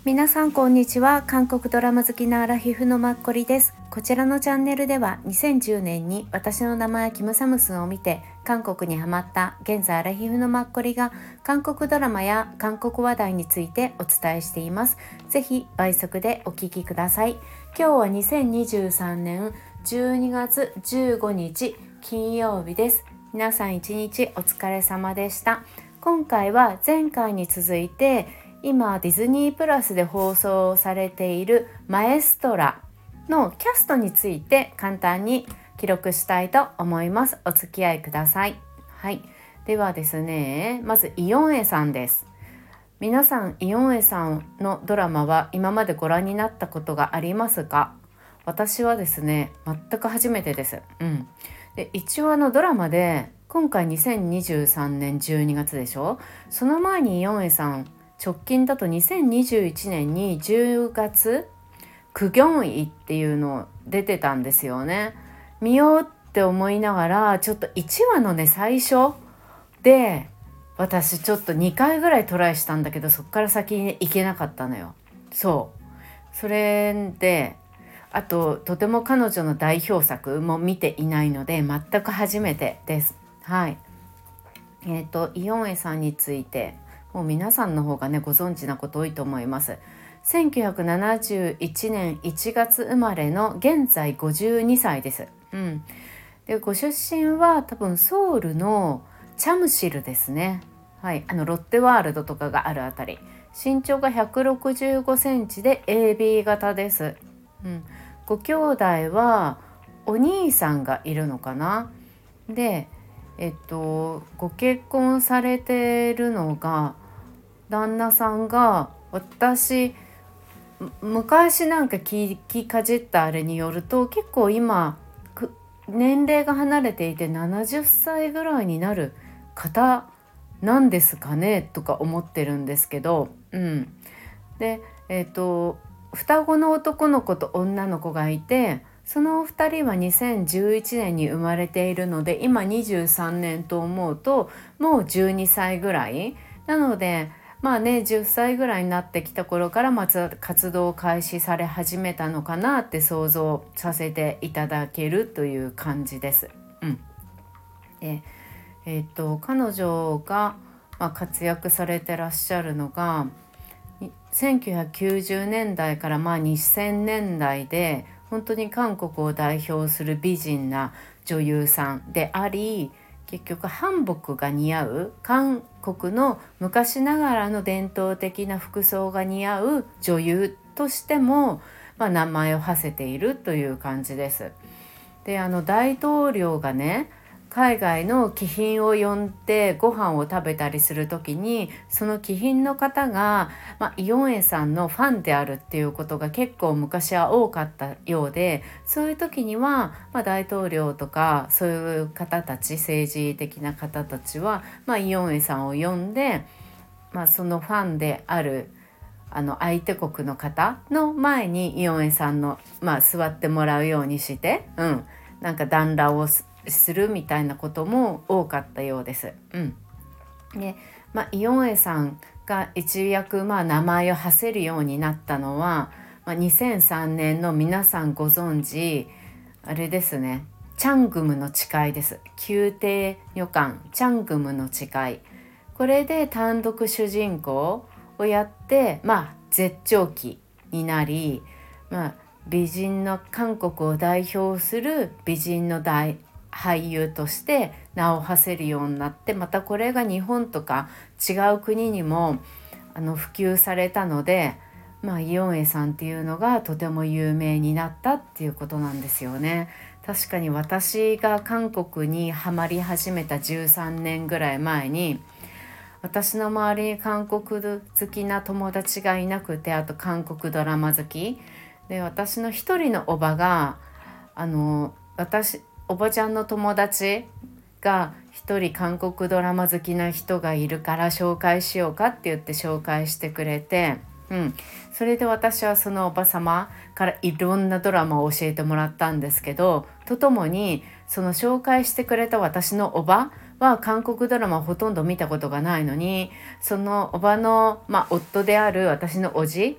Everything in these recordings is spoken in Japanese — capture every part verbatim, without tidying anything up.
皆さんこんにちは。韓国ドラマ好きなアラヒフのマッコリです。こちらのチャンネルではにせんじゅうねんに私の名前キムサムスンを見て韓国にハマった現在アラヒフのマッコリが韓国ドラマや韓国話題についてお伝えしています。ぜひ倍速でお聞きください。今日はにせんにじゅうさんねんじゅうにがつじゅうごにち金曜日です。皆さん一日お疲れ様でした。今回は前回に続いて今ディズニープラスで放送されているマエストラのキャストについて簡単に記録したいと思います。お付き合いください。はい、ではですね、まずイヨンエさんです。皆さんイヨンエさんのドラマは今までご覧になったことがありますか？私はですね、全く初めてです。うん、で一応あのドラマで今回にせんにじゅうさんねんじゅうにがつでしょ。その前にイヨンエさん直近だとにせんにじゅういちねんにじゅうがつクギョンイっていうの出てたんですよね。見ようって思いながらちょっといちわのね最初で私ちょっとにかいぐらいトライしたんだけどそっから先に行けなかったのよ。そうそれであととても彼女の代表作も見ていないので全く初めてです。はいえーとイヨンエさんについてもう皆さんの方がねご存知なこと多いと思います。せんきゅうひゃくななじゅういちねんいちがつ生まれの現在ごじゅうにさいです。うん、でご出身は多分ソウルのチャムシルですね。はい、あのロッテワールドとかがあるあたり。身長がひゃくろくじゅうごセンチで エービー 型です。うん、ご兄弟はお兄さんがいるのかな。でえっとご結婚されてるのが旦那さんが私昔なんか聞きかじったあれによると結構今年齢が離れていてななじゅっさいぐらいになる方なんですかねとか思ってるんですけど、うん、でえっと双子の男の子と女の子がいてそのふたりはにせんじゅういちねんに生まれているので今にじゅうさんねんと思うともうじゅうにさいぐらいなのでまあねじゅっさいぐらいになってきた頃からまず活動を開始され始めたのかなって想像させていただけるという感じです。うん、でえー、と彼女が、まあ、活躍されてらっしゃるのがせんきゅうひゃくきゅうじゅうねんだいからまあにせんねんだいで本当に韓国を代表する美人な女優さんであり結局韓服が似合う韓国の昔ながらの伝統的な服装が似合う女優としても、まあ、名前を馳せているという感じです。であの大統領がね海外の貴賓を呼んでご飯を食べたりする時にその貴賓の方が、まあ、イヨンエさんのファンであるっていうことが結構昔は多かったようでそういう時には、まあ、大統領とかそういう方たち政治的な方たちは、まあ、イヨンエさんを呼んで、まあ、そのファンであるあの相手国の方の前にイヨンエさんの、まあ、座ってもらうようにして、うん、なんか団らんをすするみたいなことも多かったようです。うん、で、まあ、イヨンエさんが一躍、まあ、名前を馳せるようになったのは、まあ、にせんさんねんの皆さんご存知あれですねチャングムの誓いです。宮廷女官チャングムの誓いこれで単独主人公をやってまあ絶頂期になり、まあ、美人の韓国を代表する美人の大俳優として名を馳せるようになってまたこれが日本とか違う国にもあの普及されたので、まあ、イヨンエさんっていうのがとても有名になったっていうことなんですよね。確かに私が韓国にハマり始めたじゅうさんねんぐらい前に私の周りに韓国好きな友達がいなくてあと韓国ドラマ好きで私の一人のおばがあの私おばちゃんの友達が一人韓国ドラマ好きな人がいるから紹介しようかって言って紹介してくれて、うん、それで私はそのおばさまからいろんなドラマを教えてもらったんですけどとともにその紹介してくれた私のおばは韓国ドラマをほとんど見たことがないのにそのおばの、まあ、夫である私のおじ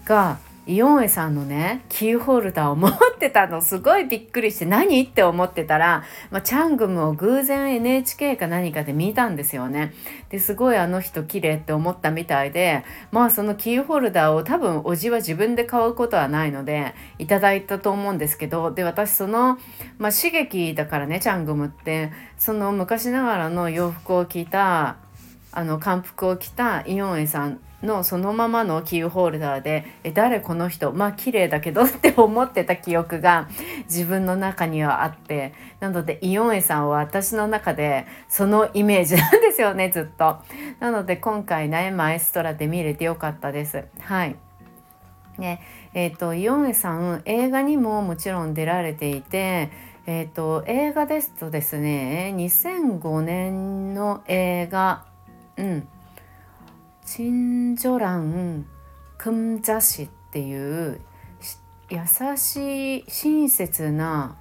がイオンエさんのねキーホルダーを持ってたの、すごいびっくりして、何って思ってたら、まあ、チャングムを偶然 エヌエイチケー か何かで見たんですよね。ですごいあの人綺麗って思ったみたいで、まあそのキーホルダーを多分おじは自分で買うことはないのでいただいたと思うんですけど、で私その、まあ、刺激だからね、チャングムってその昔ながらの洋服を着たあの漢服を着たイオンエさんのそのままのキーホルダーで、え誰この人、まあ綺麗だけどって思ってた記憶が自分の中にはあって、なのでイオンエさんは私の中でそのイメージなんですよね、ずっと。なので今回ねマエストラで見れてよかったです。はいねえー、とイオンエさん映画にももちろん出られていて、えー、と映画ですとですねにせんごねんの映画うんチンジョラン・クムジャシっていう優しい親切な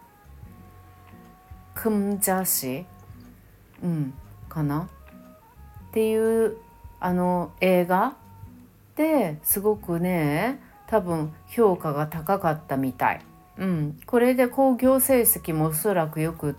クムジャシ、うん、かなっていうあの映画ですごくね多分評価が高かったみたい。うん、これで興行成績もおそらくよくって、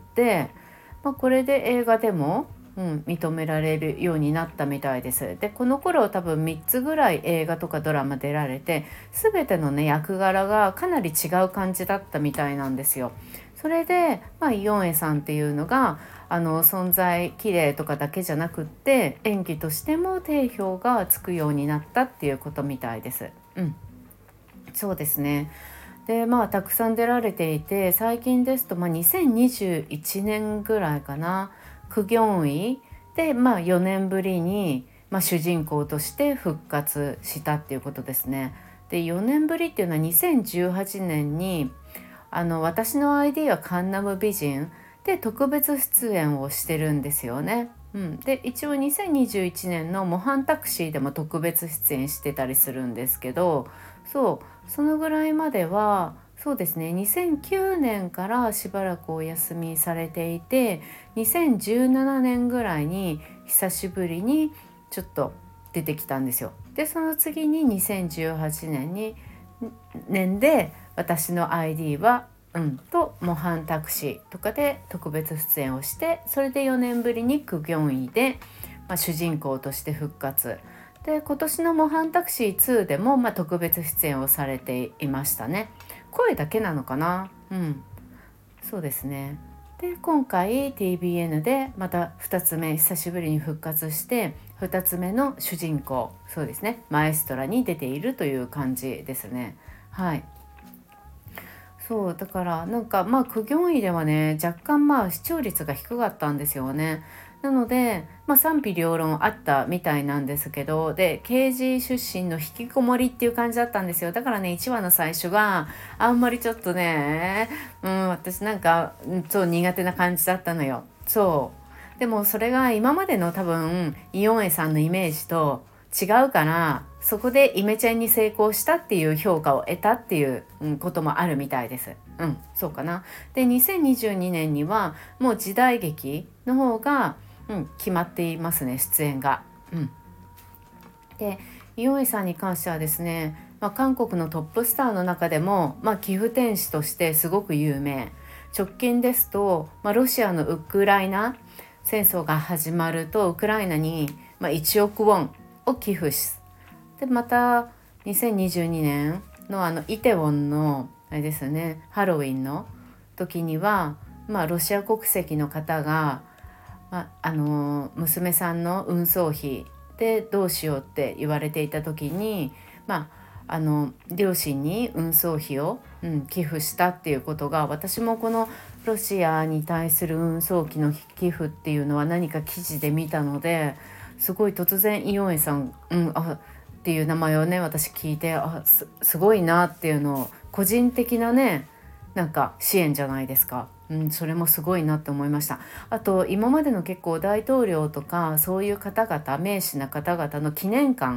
まあ、これで映画でもうん、認められるようになったみたいです。でこの頃多分みっつぐらい映画とかドラマ出られて、全てのね役柄がかなり違う感じだったみたいなんですよ。それで、まあ、イオンエさんっていうのがあの存在綺麗とかだけじゃなくって、演技としても定評がつくようになったっていうことみたいです。うん、そうですね。でまあたくさん出られていて、最近ですと、まあ、にせんにじゅういちねんぐらいかな、クギョンイで、まあ、よねんぶりに、まあ、主人公として復活したっていうことですね。でよねんぶりっていうのはにせんじゅうはちねんにあの私の アイディー はカンナム美人で特別出演をしてるんですよね。うん、で一応にせんにじゅういちねんの模範タクシーでも特別出演してたりするんですけど、そうそのぐらいまではそうですね、にせんきゅうねんからしばらくお休みされていて、にせんじゅうななねんぐらいに久しぶりにちょっと出てきたんですよ。でその次ににせんじゅうはちねんに年で私の アイディー はうん、と模範タクシーとかで特別出演をして、それでよねんぶりにクギョンイで、まあ、主人公として復活で、今年の模範タクシーツーでも、まあ、特別出演をされていましたね。声だけなのかな、うん、そうですね。で今回 ティービーエヌ でまたふたつめ久しぶりに復活して、ふたつめの主人公、そうですね、マエストラに出ているという感じですね。はい、そうだからなんかまあ苦行医ではね若干まあ視聴率が低かったんですよね。なので、まあ、賛否両論あったみたいなんですけど、で刑事出身の引きこもりっていう感じだったんですよ。だからねいちわの最初があんまりちょっとね、うん、私なんかそう苦手な感じだったのよ。そうでもそれが今までの多分イオンエさんのイメージと違うから、そこでイメチェンに成功したっていう評価を得たっていう、うん、こともあるみたいです。うん、そうかな。でにせんにじゅうにねんにはもう時代劇の方が、うん、決まっていますね、出演が。うん、でイオンエさんに関してはですね、まあ、韓国のトップスターの中でも、まあ、寄付天使としてすごく有名。直近ですと、まあ、ロシアのウクライナ戦争が始まるとウクライナに、まあ、いちおくウォンを寄付し、でまたにせんにじゅうにねんのあのイテウォンのあれですね、ハロウィンの時には、まあ、ロシア国籍の方が、まあ、あの娘さんの運送費でどうしようって言われていた時に、まあ、あの両親に運送費を、うん、寄付したっていうことが、私もこのロシアに対する運送費の寄付っていうのは何か記事で見たので、すごい突然イオンエさん、うん、あっていう名前をね私聞いて、あ す, すごいなっていうのを、個人的なねなんか支援じゃないですか、うん、それもすごいなって思いました。あと今までの結構大統領とかそういう方々、名士な方々の記念館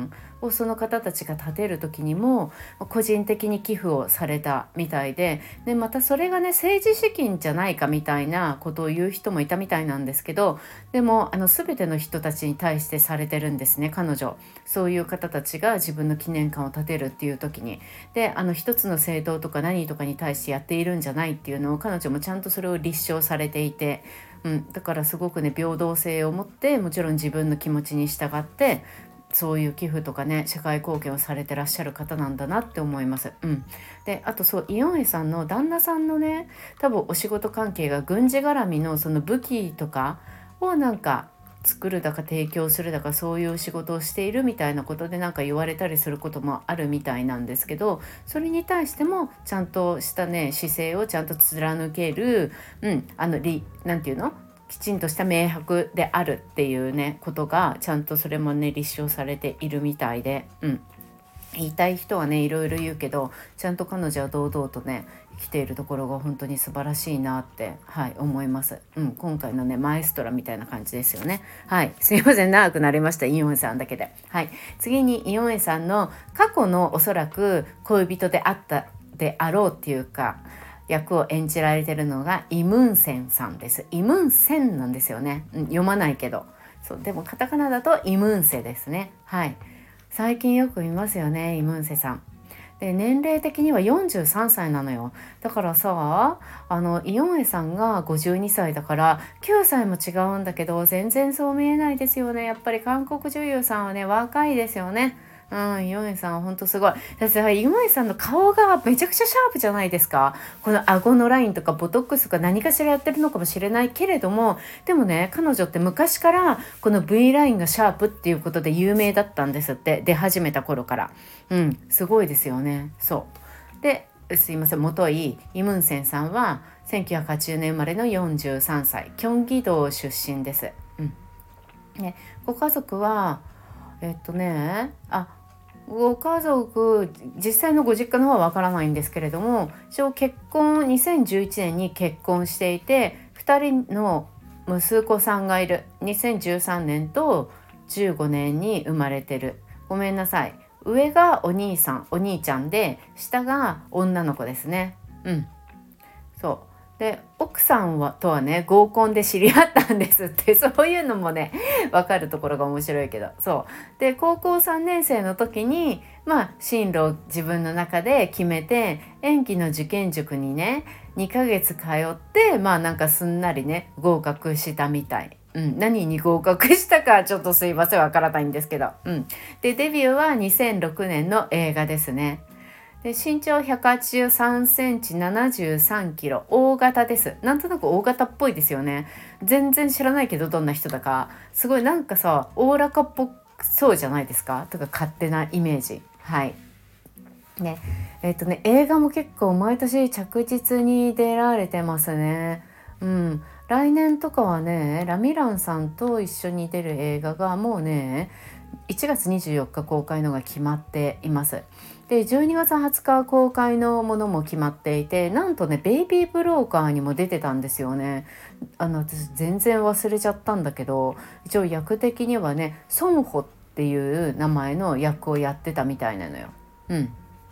をその方たちが立てる時にも個人的に寄付をされたみたいで、でまたそれがね政治資金じゃないかみたいなことを言う人もいたみたいなんですけど、でもあの全ての人たちに対してされてるんですね、彼女。そういう方たちが自分の記念館を建てるっていう時に、であの一つの政党とか何とかに対してやっているんじゃないっていうのを彼女もちゃんとそれを立証されていて、うん、だからすごくね平等性を持って、もちろん自分の気持ちに従ってそういう寄付とかね社会貢献をされてらっしゃる方なんだなって思います。うん、であとそうイヨンエさんの旦那さんのね多分お仕事関係が軍事絡みのその武器とかをなんか作るだか提供するだかそういう仕事をしているみたいなことでなんか言われたりすることもあるみたいなんですけど、それに対してもちゃんとしたね姿勢をちゃんと貫ける、うん、あのりなんていうのきちんとした明白であるっていうねことがちゃんとそれもね立証されているみたいで、うん、言いたい人はねいろいろ言うけど、ちゃんと彼女は堂々とね生きているところが本当に素晴らしいなって、はい、思います、うん、今回のねマエストラみたいな感じですよね。はい、すいません長くなりました、イヨンエさんだけで。はい、次にイヨンエさんの過去のおそらく恋人であったであろうっていうか役を演じられてるのがイムンセンさんです。イムンセンなんですよね、うん、読まないけど、そうでもカタカナだとイムンセですね。はい、最近よく見ますよね、イムンセさん。で年齢的にはよんじゅうさんさいなのよ。だからさあのイヨンエさんがごじゅうにさいだからきゅうさいも違うんだけど、全然そう見えないですよね。やっぱり韓国女優さんはね若いですよね。うん、イヨンエさんは本当すごい。だってさ、イヨンエさんの顔がめちゃくちゃシャープじゃないですか。この顎のラインとかボトックスとか何かしらやってるのかもしれないけれども、でもね彼女って昔からこの V ラインがシャープっていうことで有名だったんですって、出始めた頃から。うん、すごいですよね。そうですいません、元井イムンセンさんはせんきゅうひゃくはちじゅうねん生まれのよんじゅうさんさい、キョンギ道出身です。うん、ね、ご家族はえっとねあご家族実際のご実家の方はわからないんですけれども、一応結婚にせんじゅういちねんに結婚していてふたりの息子さんがいる。にせんじゅうさんねんとじゅうごねんに生まれてる。ごめんなさい、上がお兄さんお兄ちゃんで下が女の子ですね。うんそうで奥さんはとはね合コンで知り合ったんですって。そういうのもね分かるところが面白いけど、そうで高校さんねん生の時にまあ進路を自分の中で決めて演技の受験塾にねにかげつ通って、まあなんかすんなりね合格したみたい。うん、何に合格したかちょっとすいませんわからないんですけど、うん、でデビューはにせんろくねんの映画ですね。で身長ひゃくはちじゅうさんセンチななじゅうさんキロ、大型です。なんとなく大型っぽいですよね。全然知らないけどどんな人だか、すごいなんかさおおらかっぽそうじゃないですかとか勝手なイメージ。はいねえっとね映画も結構毎年着実に出られてますね。うん、来年とかはねラミランさんと一緒に出る映画がもうねいちがつにじゅうよっか公開のが決まっています。でじゅうにがつはつか公開のものも決まっていて、なんとねベイビーブローカーにも出てたんですよね。あの私全然忘れちゃったんだけど、一応役的にはねソンホっていう名前の役をやってたみたいなのよ。うん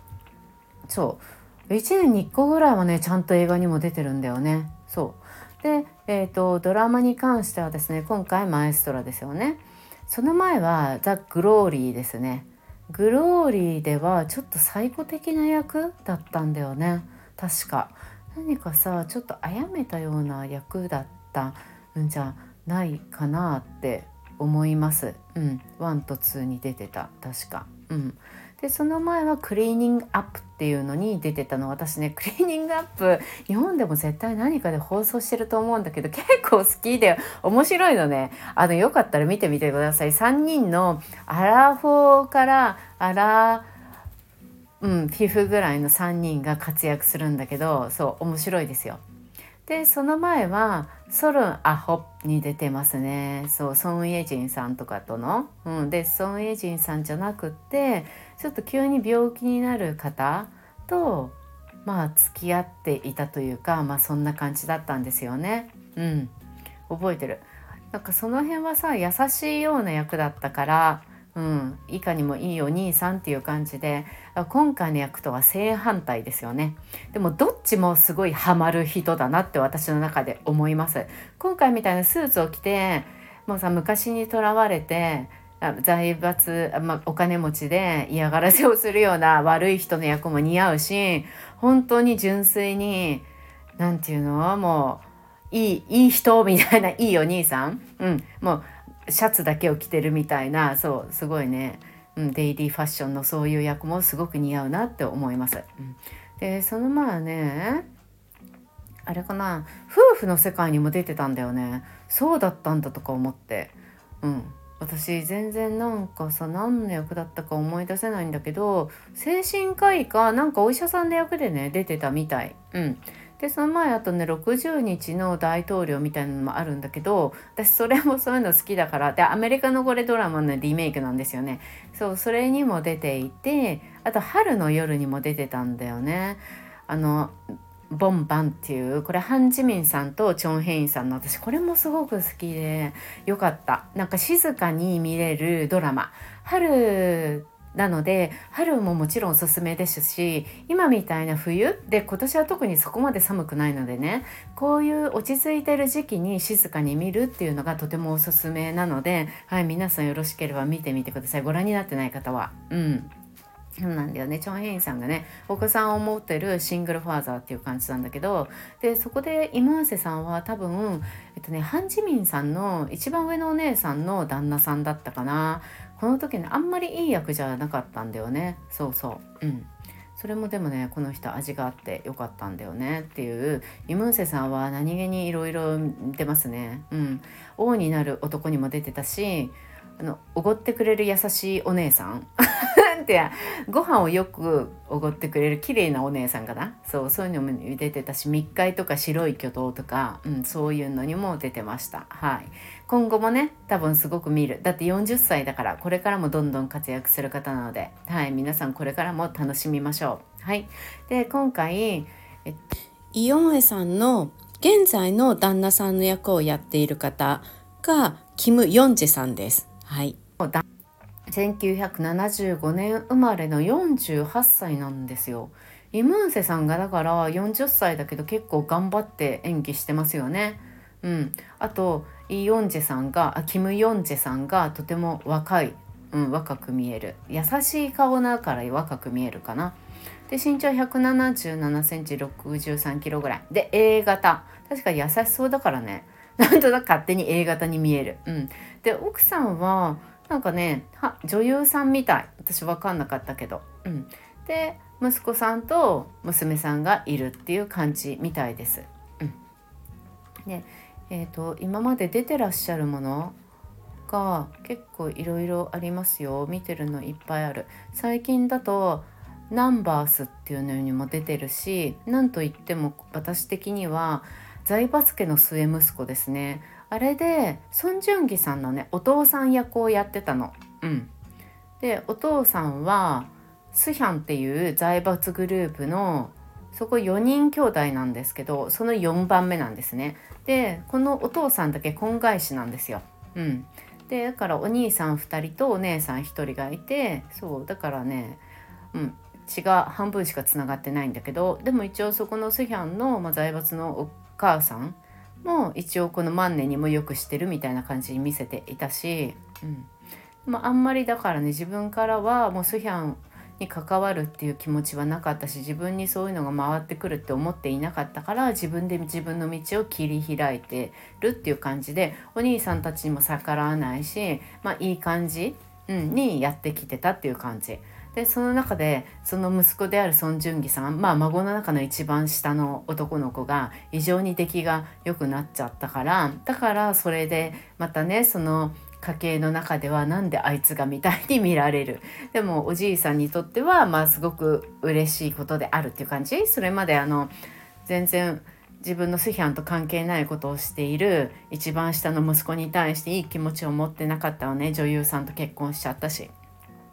そういちねんにいっこぐらいはねちゃんと映画にも出てるんだよね。そうで、えーと、ドラマに関してはですね今回マエストラですよね。その前はザ・グローリーですね。グローリーではちょっと最古的な役だったんだよね。確か何かさちょっと殺めたような役だったんじゃないかなって思います。うん、ワンとツーに出てた確か。うん、でその前はクリーニングアップっていうのに出てたの。私ねクリーニングアップ日本でも絶対何かで放送してると思うんだけど結構好きで面白いのね。あのよかったら見てみてください。さんにんのアラフォーからアラうん、フィフぐらいのさんにんが活躍するんだけど、そう面白いですよ。でその前はソルン・アホに出てますね。そうソン・イェジンさんとかとの、うん、でソン・イェジンさんじゃなくってちょっと急に病気になる方とまあ付き合っていたというか、まあそんな感じだったんですよね。うん、覚えてる。なんかその辺はさ優しいような役だったからうん、いかにもいいお兄さんっていう感じで、今回の役とは正反対ですよね。でもどっちもすごいハマる人だなって私の中で思います。今回みたいなスーツを着てもうさ、昔にとらわれてあ財閥、まあ、お金持ちで嫌がらせをするような悪い人の役も似合うし、本当に純粋になんていうの、もういいいい人みたいないいお兄さん、うん、もうシャツだけを着てるみたいな、そうすごいね、うん、デイリーファッションのそういう役もすごく似合うなって思います。うん、でそのまあね、あれかな、夫婦の世界にも出てたんだよね。そうだったんだとか思って、うん、私全然なんかさ、何の役だったか思い出せないんだけど、精神科医かなんかお医者さんの役でね出てたみたい。うん、でその前あとねろくじゅうにちの大統領みたいなのもあるんだけど、私それもそういうの好きだから、でアメリカのこれドラマのリメイクなんですよね。そう、それにも出ていて、あと春の夜にも出てたんだよね。あのボンバンっていう、これハン・ジミンさんとチョン・ヘインさんの、私これもすごく好きでよかった。なんか静かに見れるドラマ、春なので春ももちろんおすすめですし、今みたいな冬で、今年は特にそこまで寒くないのでね、こういう落ち着いてる時期に静かに見るっていうのがとてもおすすめなので、はい、皆さんよろしければ見てみてください。ご覧になってない方は。うんそうなんだよね。チョン・ヘインさんがね、お子さんを持ってるシングルファーザーっていう感じなんだけど、でそこでイ・ムンセさんは多分、えっとね、ハン・ジミンさんの一番上のお姉さんの旦那さんだったかな。この時ね、あんまりいい役じゃなかったんだよね。そうそう、うん、それもでもね、この人味があってよかったんだよねっていう。イ・ムンセさんは何気にいろいろ出ますね。うん、王になる男にも出てたし、あのおごってくれる優しいお姉さんなんてや、ご飯をよくおごってくれる綺麗なお姉さんかな。そうそういうのも出てたし、密会とか白い巨塔とか、うん、そういうのにも出てました。はい、今後もね多分すごく見る。だってよんじゅっさいだから、これからもどんどん活躍する方なので、はい、皆さんこれからも楽しみましょう。はい、で今回、えっと、イ・ヨンエさんの現在の旦那さんの役をやっている方がキム・ヨンジェさんです。はい、せんきゅうひゃくななじゅうごねん生まれのよんじゅうはっさいなんですよ。イ・ムンセさんがだからよんじゅっさいだけど結構頑張って演技してますよね。うん、あとイ・ヨンジェさんがあキム・ヨンジェさんがとても若い、うん、若く見える。優しい顔だから若く見えるかな。で身長ひゃくななじゅうななセンチ、ろくじゅうさんキロぐらいで A 型、確か優しそうだからね、なんとなく勝手に A 型に見える。うん、で奥さんはなんかね、は女優さんみたい。私分かんなかったけど、うん、で息子さんと娘さんがいるっていう感じみたいです。うん、で、えーと、今まで出てらっしゃるものが結構いろいろありますよ。見てるのいっぱいある。最近だとナンバースっていうのにも出てるし、なんといっても私的には財閥家の末息子ですね。あれでソン・ジュンギさんのねお父さん役をやってたの。うん、でお父さんはスヒャンっていう財閥グループの、そこよにん兄弟なんですけど、そのよんばんめなんですね。でこのお父さんだけ婚外子なんですよ。うん、でだからお兄さんふたりとお姉さんひとりがいて、そうだからね、うん、血が半分しかつながってないんだけど、でも一応そこのスヒャンの、まあ、財閥のお母さんも一応この万年にもよくしてるみたいな感じに見せていたし、うんまあ、あんまりだからね、自分からはもうスヒャンに関わるっていう気持ちはなかったし、自分にそういうのが回ってくるって思っていなかったから、自分で自分の道を切り開いてるっていう感じで、お兄さんたちにも逆らわないし、まあいい感じ、うん、にやってきてたっていう感じで、その中でその息子であるソン・ジュンギさん、まあ孫の中の一番下の男の子が異常に出来が良くなっちゃったから、だからそれでまたね、その家系の中ではなんであいつがみたいに見られる。でもおじいさんにとってはまあすごく嬉しいことであるっていう感じ。それまであの全然自分のスヒャンと関係ないことをしている一番下の息子に対していい気持ちを持ってなかったわね。女優さんと結婚しちゃったし。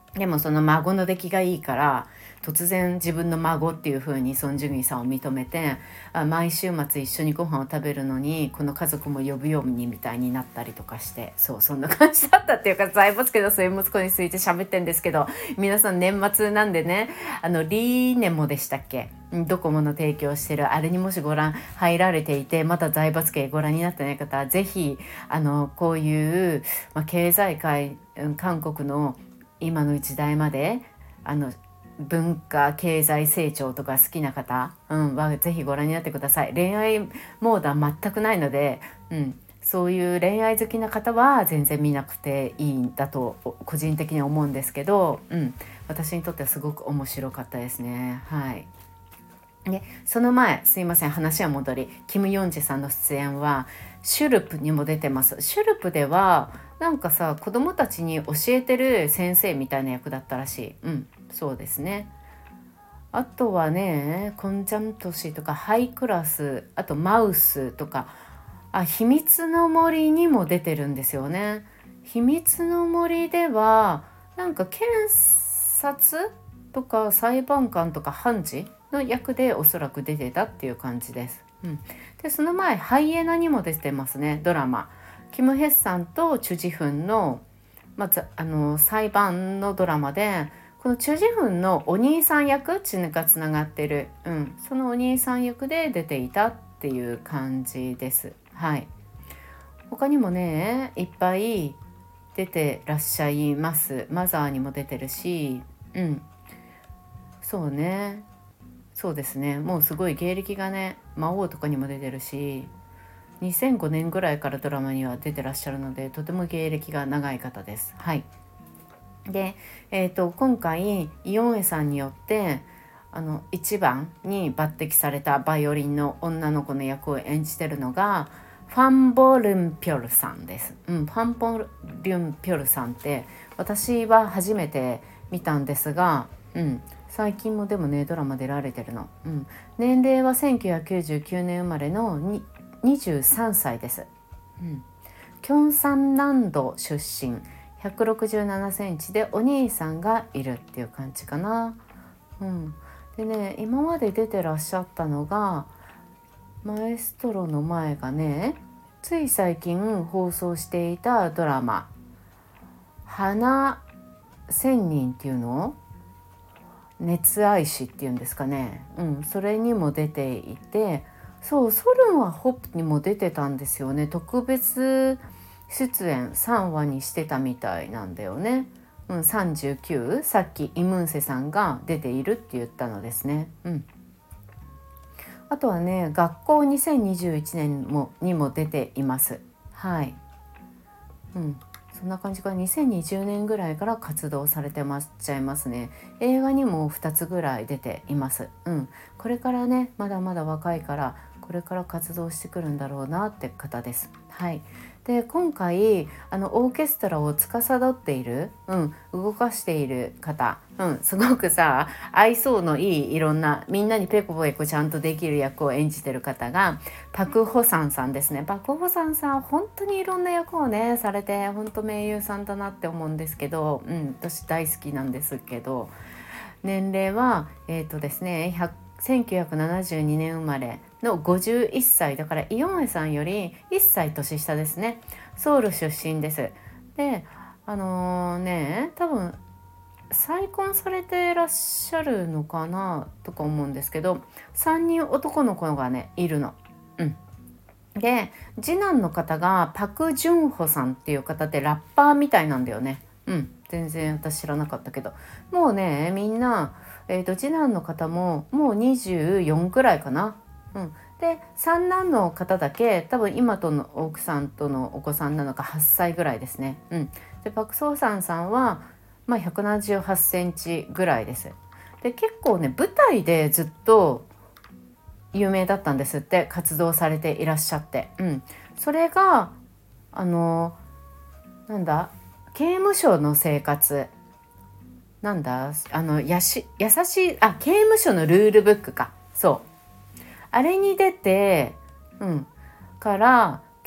でもその孫の出来がいいから突然自分の孫っていう風にソン・ジュギさんを認めて、あ毎週末一緒にご飯を食べるのにこの家族も呼ぶようにみたいになったりとかして、そうそんな感じだったっていうか、財閥家の末息子について喋ってんですけど、皆さん年末なんでね、あのリーネモでしたっけ、ドコモの提供してるあれにもしご覧入られていて、また財閥系ご覧になってない方はぜひあのこういう、まあ、経済界韓国の今の時代まであの文化経済成長とか好きな方、うん、はぜひご覧になってください。恋愛モードは全くないので、うん、そういう恋愛好きな方は全然見なくていいんだと個人的には思うんですけど、うん、私にとってはすごく面白かったですね。はい。でその前すいません話は戻り、キム・ヨンジさんの出演はシュルプにも出てます。シュルプではなんかさ子供たちに教えてる先生みたいな役だったらしい。うんそうですね。あとはねコンジャントシとかハイクラス、あとマウスとか、あ秘密の森にも出てるんですよね。秘密の森ではなんか検察とか裁判官とか判事の役でおそらく出てたっていう感じです。うん、でその前ハイエナにも出てますね、ドラマ。キム・ヘッサンとチュ・ジフンの、まずあの裁判のドラマで、このチュ・ジフンのお兄さん役、血がつながってる、うん、そのお兄さん役で出ていたっていう感じです。はい。他にもねいっぱい出てらっしゃいます。マザーにも出てるし、うんそうねそうですね、もうすごい芸歴がね、魔王とかにも出てるし、にせんごねんぐらいからドラマには出てらっしゃるので、とても芸歴が長い方です。はい。で、えーと、今回イヨンエさんによってあのいちばんに抜擢されたバイオリンの女の子の役を演じてるのがファン・ボルンピョルさんです。うん、ファン・ボルンピョルさんって私は初めて見たんですが、うん、最近もでもねドラマ出られてるの、うん、年齢はせんきゅうひゃくきゅうじゅうきゅうねん生まれのににじゅうさんさいです。うん、キョンサン南道出身、ひゃくろくじゅうななセンチでお兄さんがいるっていう感じかな。うん、でね今まで出てらっしゃったのがマエストロの前がね、つい最近放送していたドラマ花千人っていうの、熱愛師っていうんですかね、うん、それにも出ていて、そうソルンはホップにも出てたんですよね。特別出演さんわにしてたみたいなんだよね。うん、さんじゅうきゅう、さっきイムンセさんが出ているって言ったのですね。うん、あとはね学校にせんにじゅういちねんもにも出ています。はい、うん、そんな感じか。にせんにじゅうねんぐらいから活動されてまっちゃいますね。映画にもふたつぐらい出ています。うん、これからねまだまだ若いからこれから活動してくるんだろうなって方です。はい。で今回あのオーケストラを司っている、うん、動かしている方、うん、すごくさ愛想のいい、いろんなみんなにペコペコちゃんとできる役を演じてる方がパク・ホサンさんですね。パク・ホサンさん本当にいろんな役をねされて本当名優さんだなって思うんですけど、うん、私大好きなんですけど、年齢はえっとですねせんきゅうひゃくななじゅうにねん生まれのごじゅういっさいだから、イヨンエさんよりいっさい年下ですね。ソウル出身です。であのー、ね多分再婚されていらっしゃるのかなとか思うんですけど、さんにん男の子がねいるの。うん、で次男の方がパク・ジュンホさんっていう方でラッパーみたいなんだよね。うん、全然私知らなかったけど、もうねみんな、えーと、次男の方ももうにじゅうよんくらいかな。うん、で三男の方だけ多分今との奥さんとのお子さんなのかはっさいぐらいですね。うん、でパク・ソウサンさんは、まあ、ひゃくななじゅうはちセンチぐらいです。で結構ね舞台でずっと有名だったんですって、活動されていらっしゃって、うん、それがあのなんだ刑務所の生活なんだあのやし優しいあ刑務所のルールブックか、そうあれに出て、うん、から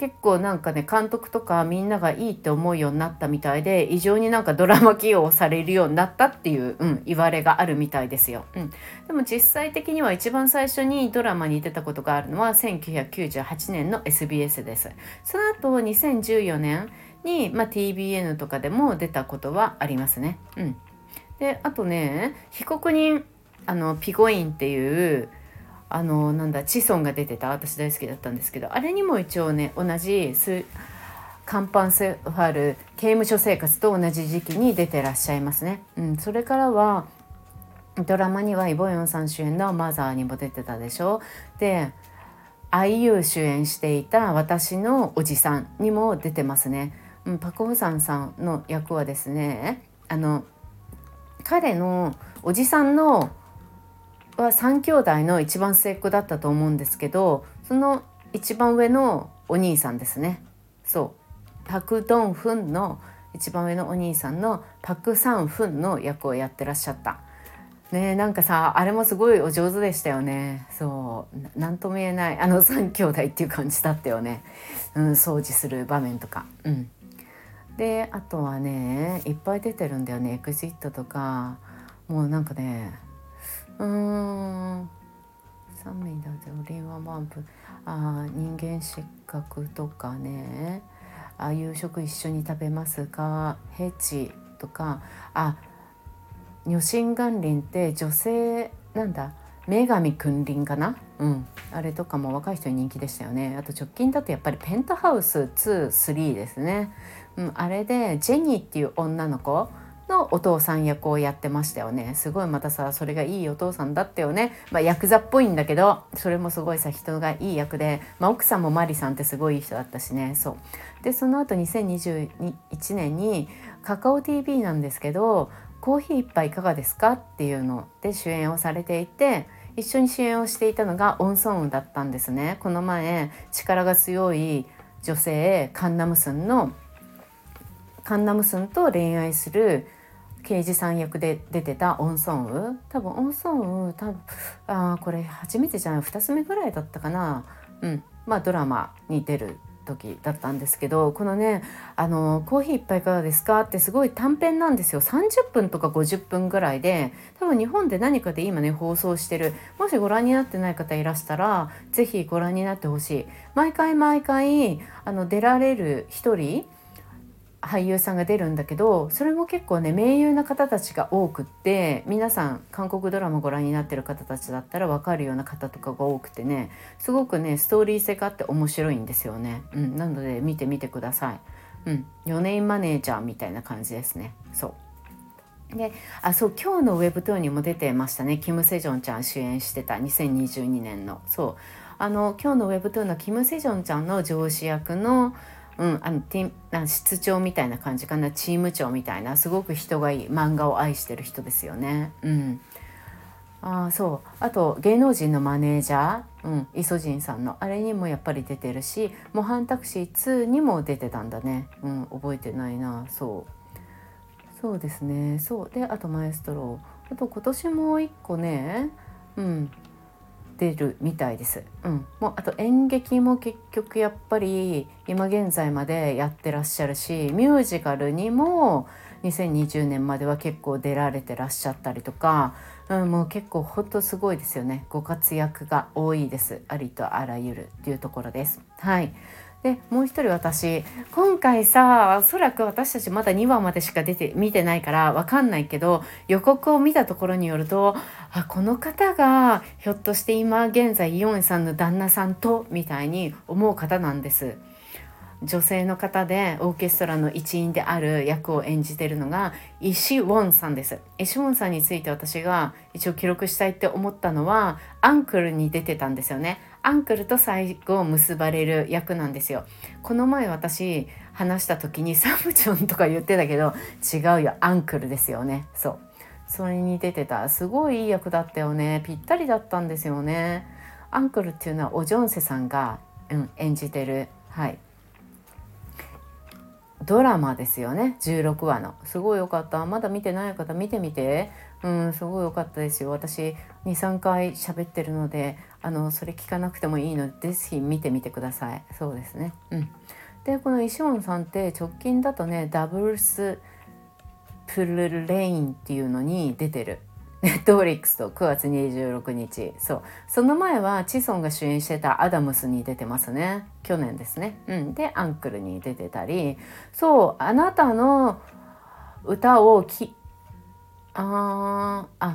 結構なんかね監督とかみんながいいって思うようになったみたいで、異常になんかドラマ起用されるようになったっていう、うん、言われがあるみたいですよ、うん、でも実際的には一番最初にドラマに出たことがあるのはせんきゅうひゃくきゅうじゅうはちねんの エスビーエス です。その後にせんじゅうよねんに、まあ、ティービーエヌ とかでも出たことはありますね、うん、であとね被告人あのピゴインっていうあのなんだチソンが出てた、私大好きだったんですけど、あれにも一応ね同じスカンパンセファル刑務所生活と同じ時期に出てらっしゃいますね、うん、それからはドラマにはイ・ボヨンさん主演のマザーにも出てたでしょ。でアイユー主演していた私のおじさんにも出てますね、うん、パク・ホサンさんの役はですね、あの彼のおじさんのはさん兄弟の一番末っ子だったと思うんですけど、その一番上のお兄さんですね。そうパク・ドンフンの一番上のお兄さんのパク・サンフンの役をやってらっしゃったね。なんかさあれもすごいお上手でしたよね。そうなんとも言えないあのさん兄弟っていう感じだったよね、うん、掃除する場面とか、うん、であとはねいっぱい出てるんだよね。エクジットとかもうなんかねうーん三名だぜオリンワンバンプあ人間失格とかね、あ夕食一緒に食べますかヘチとか、あ女神岩林って女性なんだ女神君臨かな、うん、あれとかも若い人に人気でしたよね。あと直近だとやっぱりペンタハウスに、さんですね、うん、あれでジェニーっていう女の子のお父さん役をやってましたよね。すごいまたさそれがいいお父さんだったよね、まあ、ヤクザっぽいんだけどそれもすごいさ人がいい役で、まあ、奥さんもマリさんってすごいいい人だったしね。そうでその後にせんにじゅういちねんにカカオ ティービー なんですけどコーヒー一杯いかがですかっていうので主演をされていて、一緒に主演をしていたのがオン・ソンウだったんですね。この前力が強い女性カンナムスンのカンナムスンと恋愛する刑事さん役で出てたオン・ソンウ、多分オン・ソンウ多分あこれ初めてじゃないふたつめぐらいだったかな、うんまあドラマに出る時だったんですけど、このねあのコーヒー一杯いかがですかってすごい短編なんですよ。さんじゅっぷんとかごじゅっぷんぐらいで、多分日本で何かで今ね放送してる、もしご覧になってない方いらしたらぜひご覧になってほしい。毎回毎回あの出られる一人俳優さんが出るんだけど、それも結構ね名優な方たちが多くって、皆さん韓国ドラマご覧になってる方たちだったら分かるような方とかが多くてね、すごくねストーリー性があって面白いんですよね、うん、なので見てみてください、うん、よねんマネージャーみたいな感じですね。そうであそう今日のウェブトゥーンにも出てましたね。キム・セジョンちゃん主演してたにせんにじゅうにねんのそうあの今日のウェブトゥーンのキム・セジョンちゃんの上司役のうん、あのティな室長みたいな感じかな、チーム長みたいな、すごく人がいい漫画を愛してる人ですよね。うん、あそうあと芸能人のマネージャー、うん、イソジンさんのあれにもやっぱり出てるし、模範タクシーににも出てたんだね、うん、覚えてないな。そうそうですね。そうであとマエストロ、あと今年もう一個ね、うん出るみたいです、うん、もうあと演劇も結局やっぱり今現在までやってらっしゃるし、ミュージカルにもにせんにじゅうねんまでは結構出られてらっしゃったりとか、うん、もう結構ほんとすごいですよね。ご活躍が多いです。ありとあらゆるっていうところです。はいでもう一人私今回さ、おそらく私たちまだにわまでしか出て見てないからわかんないけど、予告を見たところによると、あこの方がひょっとして今現在イヨンさんの旦那さんとみたいに思う方なんです。女性の方でオーケストラの一員である役を演じているのがイシウォンさんです。イシウォンさんについて私が一応記録したいって思ったのは、アンクルに出てたんですよね。アンクルと最後結ばれる役なんですよ。この前私話した時にサムチョンとか言ってたけど違うよ、アンクルですよね。そうそれに出てた、すごいいい役だったよね。ぴったりだったんですよね。アンクルっていうのはオジョンセさんが、うん、演じてる、はいドラマですよね。じゅうろくわのすごい良かった。まだ見てない方見てみて、うんすごい良かったですよ。私 にさんかい喋ってるのであのそれ聞かなくてもいいのでぜひ見てみてください。そうですね。うん。でこのイシウォンさんって直近だとねダブルスプルレインっていうのに出てる。ネットフリックスとくがつにじゅうろくにち。そうその前はチソンが主演してたアダムスに出てますね。去年ですね。うん、でアンクルに出てたり、そうあなたの歌をきああ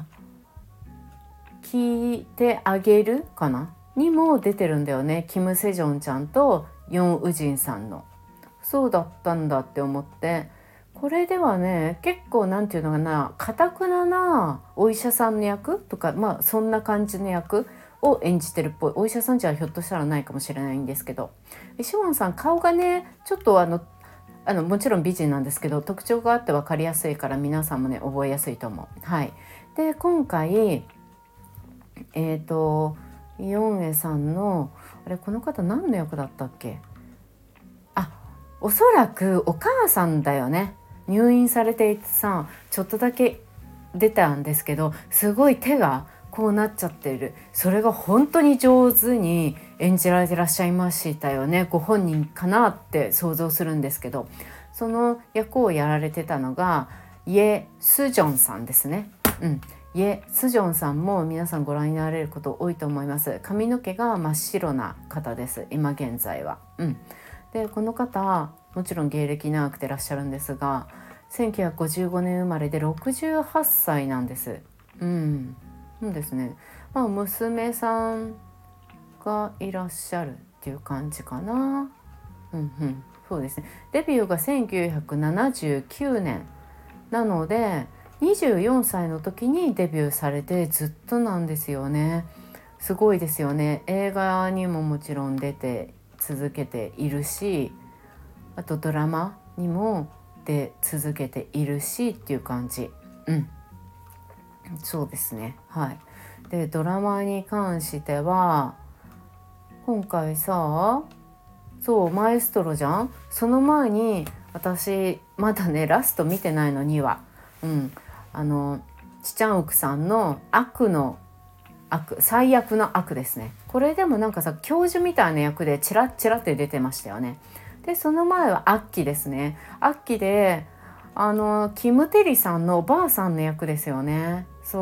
聞いてあげるかなにも出てるんだよね。キム・セジョンちゃんとヨン・ウジンさんの。そうだったんだって思って、これではね結構なんていうのかな、堅くななお医者さんの役とか、まあそんな感じの役を演じてるっぽい。お医者さんじゃひょっとしたらないかもしれないんですけど、シモンさん顔がねちょっとあのあのもちろん美人なんですけど特徴があって分かりやすいから皆さんもね覚えやすいと思う。はい。で今回えっ、ー、とヨンエさんのあれこの方何の役だったっけ。あ、おそらくお母さんだよね。入院されていてさちょっとだけ出たんですけどすごい手がこうなっちゃっている。それが本当に上手に演じられてらっしゃいましたよね。ご本人かなって想像するんですけど、その役をやられてたのがイェ・スジョンさんですね。うん、イェ・スジョンさんも皆さんご覧になられること多いと思います。髪の毛が真っ白な方です今現在は。うん、でこの方もちろん芸歴長くてらっしゃるんですがせんきゅうひゃくごじゅうごねん生まれでろくじゅうはっさいなんです。うんそうですね。まあ娘さんがいらっしゃるっていう感じかな。うんうん、そうですね。デビューがせんきゅうひゃくななじゅうきゅうねんなのでにじゅうよんさいの時にデビューされてずっとなんですよね。すごいですよね。映画にももちろん出て続けているし、あとドラマにも出続けているしっていう感じ。うんそうですね。はい。でドラマに関しては今回さそうマエストロじゃん。その前に私まだねラスト見てないのには、うん、あのチチャンウクさんの悪の悪最悪の悪ですね。これでもなんかさ教授みたいな役でチラッチラって出てましたよね。でその前はアッキですね。アッキであのキム・テリさんのおばあさんの役ですよね。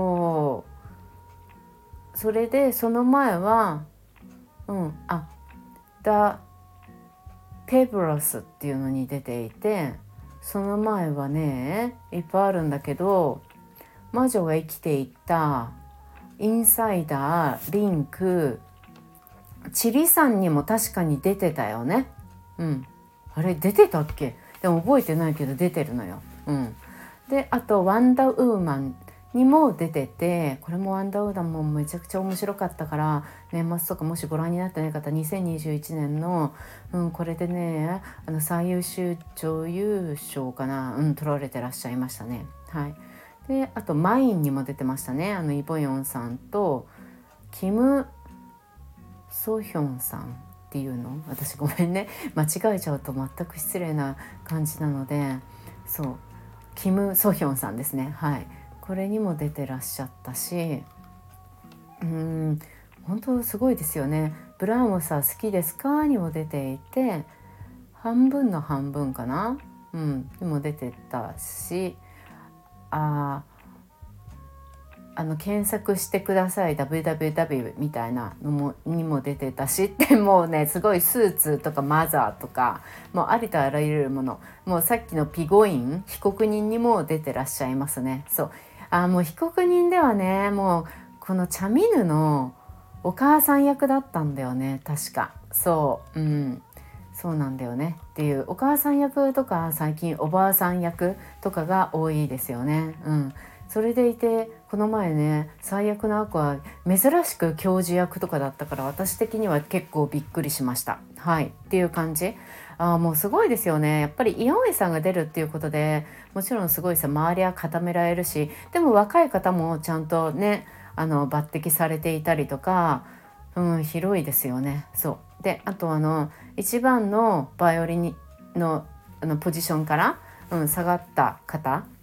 そうそれでその前はうんあダ・ペブロスっていうのに出ていて、その前はねいっぱいあるんだけど魔女が生きていたインサイダー、リンク、チリさんにも確かに出てたよね。うん。あれ出てたっけ？でも覚えてないけど出てるのよ。うん。で、あとワンダーウーマンにも出てて、これもワンダーウーマンもめちゃくちゃ面白かったから、年末とかもしご覧になってない方、にせんにじゅういちねんの、うん、これでね、あの最優秀女優賞かな、うん、取られてらっしゃいましたね。はい。であとマインにも出てましたね。あのイ・ボヨンさんとキム・ソヒョンさんっていうの、私ごめんね間違えちゃうと全く失礼な感じなので、そうキム・ソヒョンさんですね。はい、これにも出てらっしゃったし、うーん本当すごいですよね。ブラームスは好きですかにも出ていて、半分の半分かな、うん、にも出てたし、ああの検索してください ダブリューダブリューダブリュー みたいなのもにも出てたしってもうねすごいスーツとかマザーとかもうありとあらゆるもの、もうさっきのピゴイン被告人にも出てらっしゃいますね。そうあもう被告人ではねもうこのチャミヌのお母さん役だったんだよね確か。そううんそうなんだよねっていうお母さん役とか最近おばあさん役とかが多いですよね。うんそれでいてこの前ね最悪の悪は珍しく教授役とかだったから私的には結構びっくりしました。はいっていう感じ。あもうすごいですよね。やっぱりイ・ヨンエさんが出るっていうことでもちろんすごいさ周りは固められるし、でも若い方もちゃんとねあの抜擢されていたりとか、うん、広いですよね。そうであとあの一番のバイオリンの、あのポジションから、うん、下がった方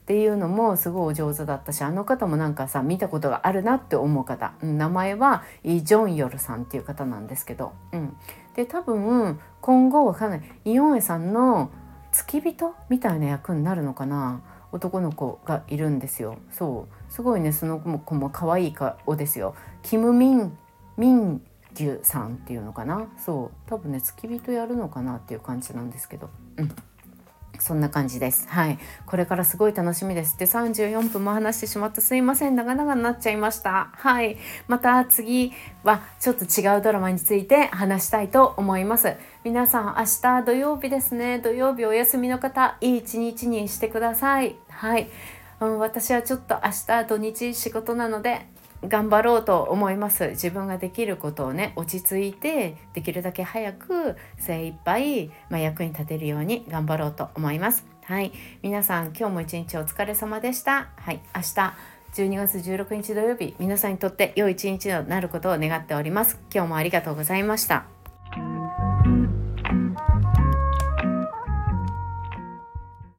っていうのもすごいお上手だったし、あの方もなんかさ見たことがあるなって思う方、うん、名前はイ・ジョンヨルさんっていう方なんですけど、うん、で多分今後わかんない、イ・ヨンエさんの付き人みたいな役になるのかな。男の子がいるんですよ。そうすごいね、その子も可愛い顔ですよ。キム・ミン・ミンギュさんっていうのかな。そう多分ね付き人やるのかなっていう感じなんですけど、うん、そんな感じです。はい、これからすごい楽しみです。でさんじゅうよんぷんも話してしまってすいません、長々になっちゃいました。はい、また次はちょっと違うドラマについて話したいと思います。皆さん明日土曜日ですね。土曜日お休みの方、いい一日にしてください。はい、うん、私はちょっと明日土日仕事なので頑張ろうと思います。自分ができることをね、落ち着いてできるだけ早く精一杯、まあ、役に立てるように頑張ろうと思います。はい、皆さん今日も一日お疲れ様でした。はい、明日じゅうにがつじゅうろくにち土曜日、皆さんにとって良い一日になることを願っております。今日もありがとうございました。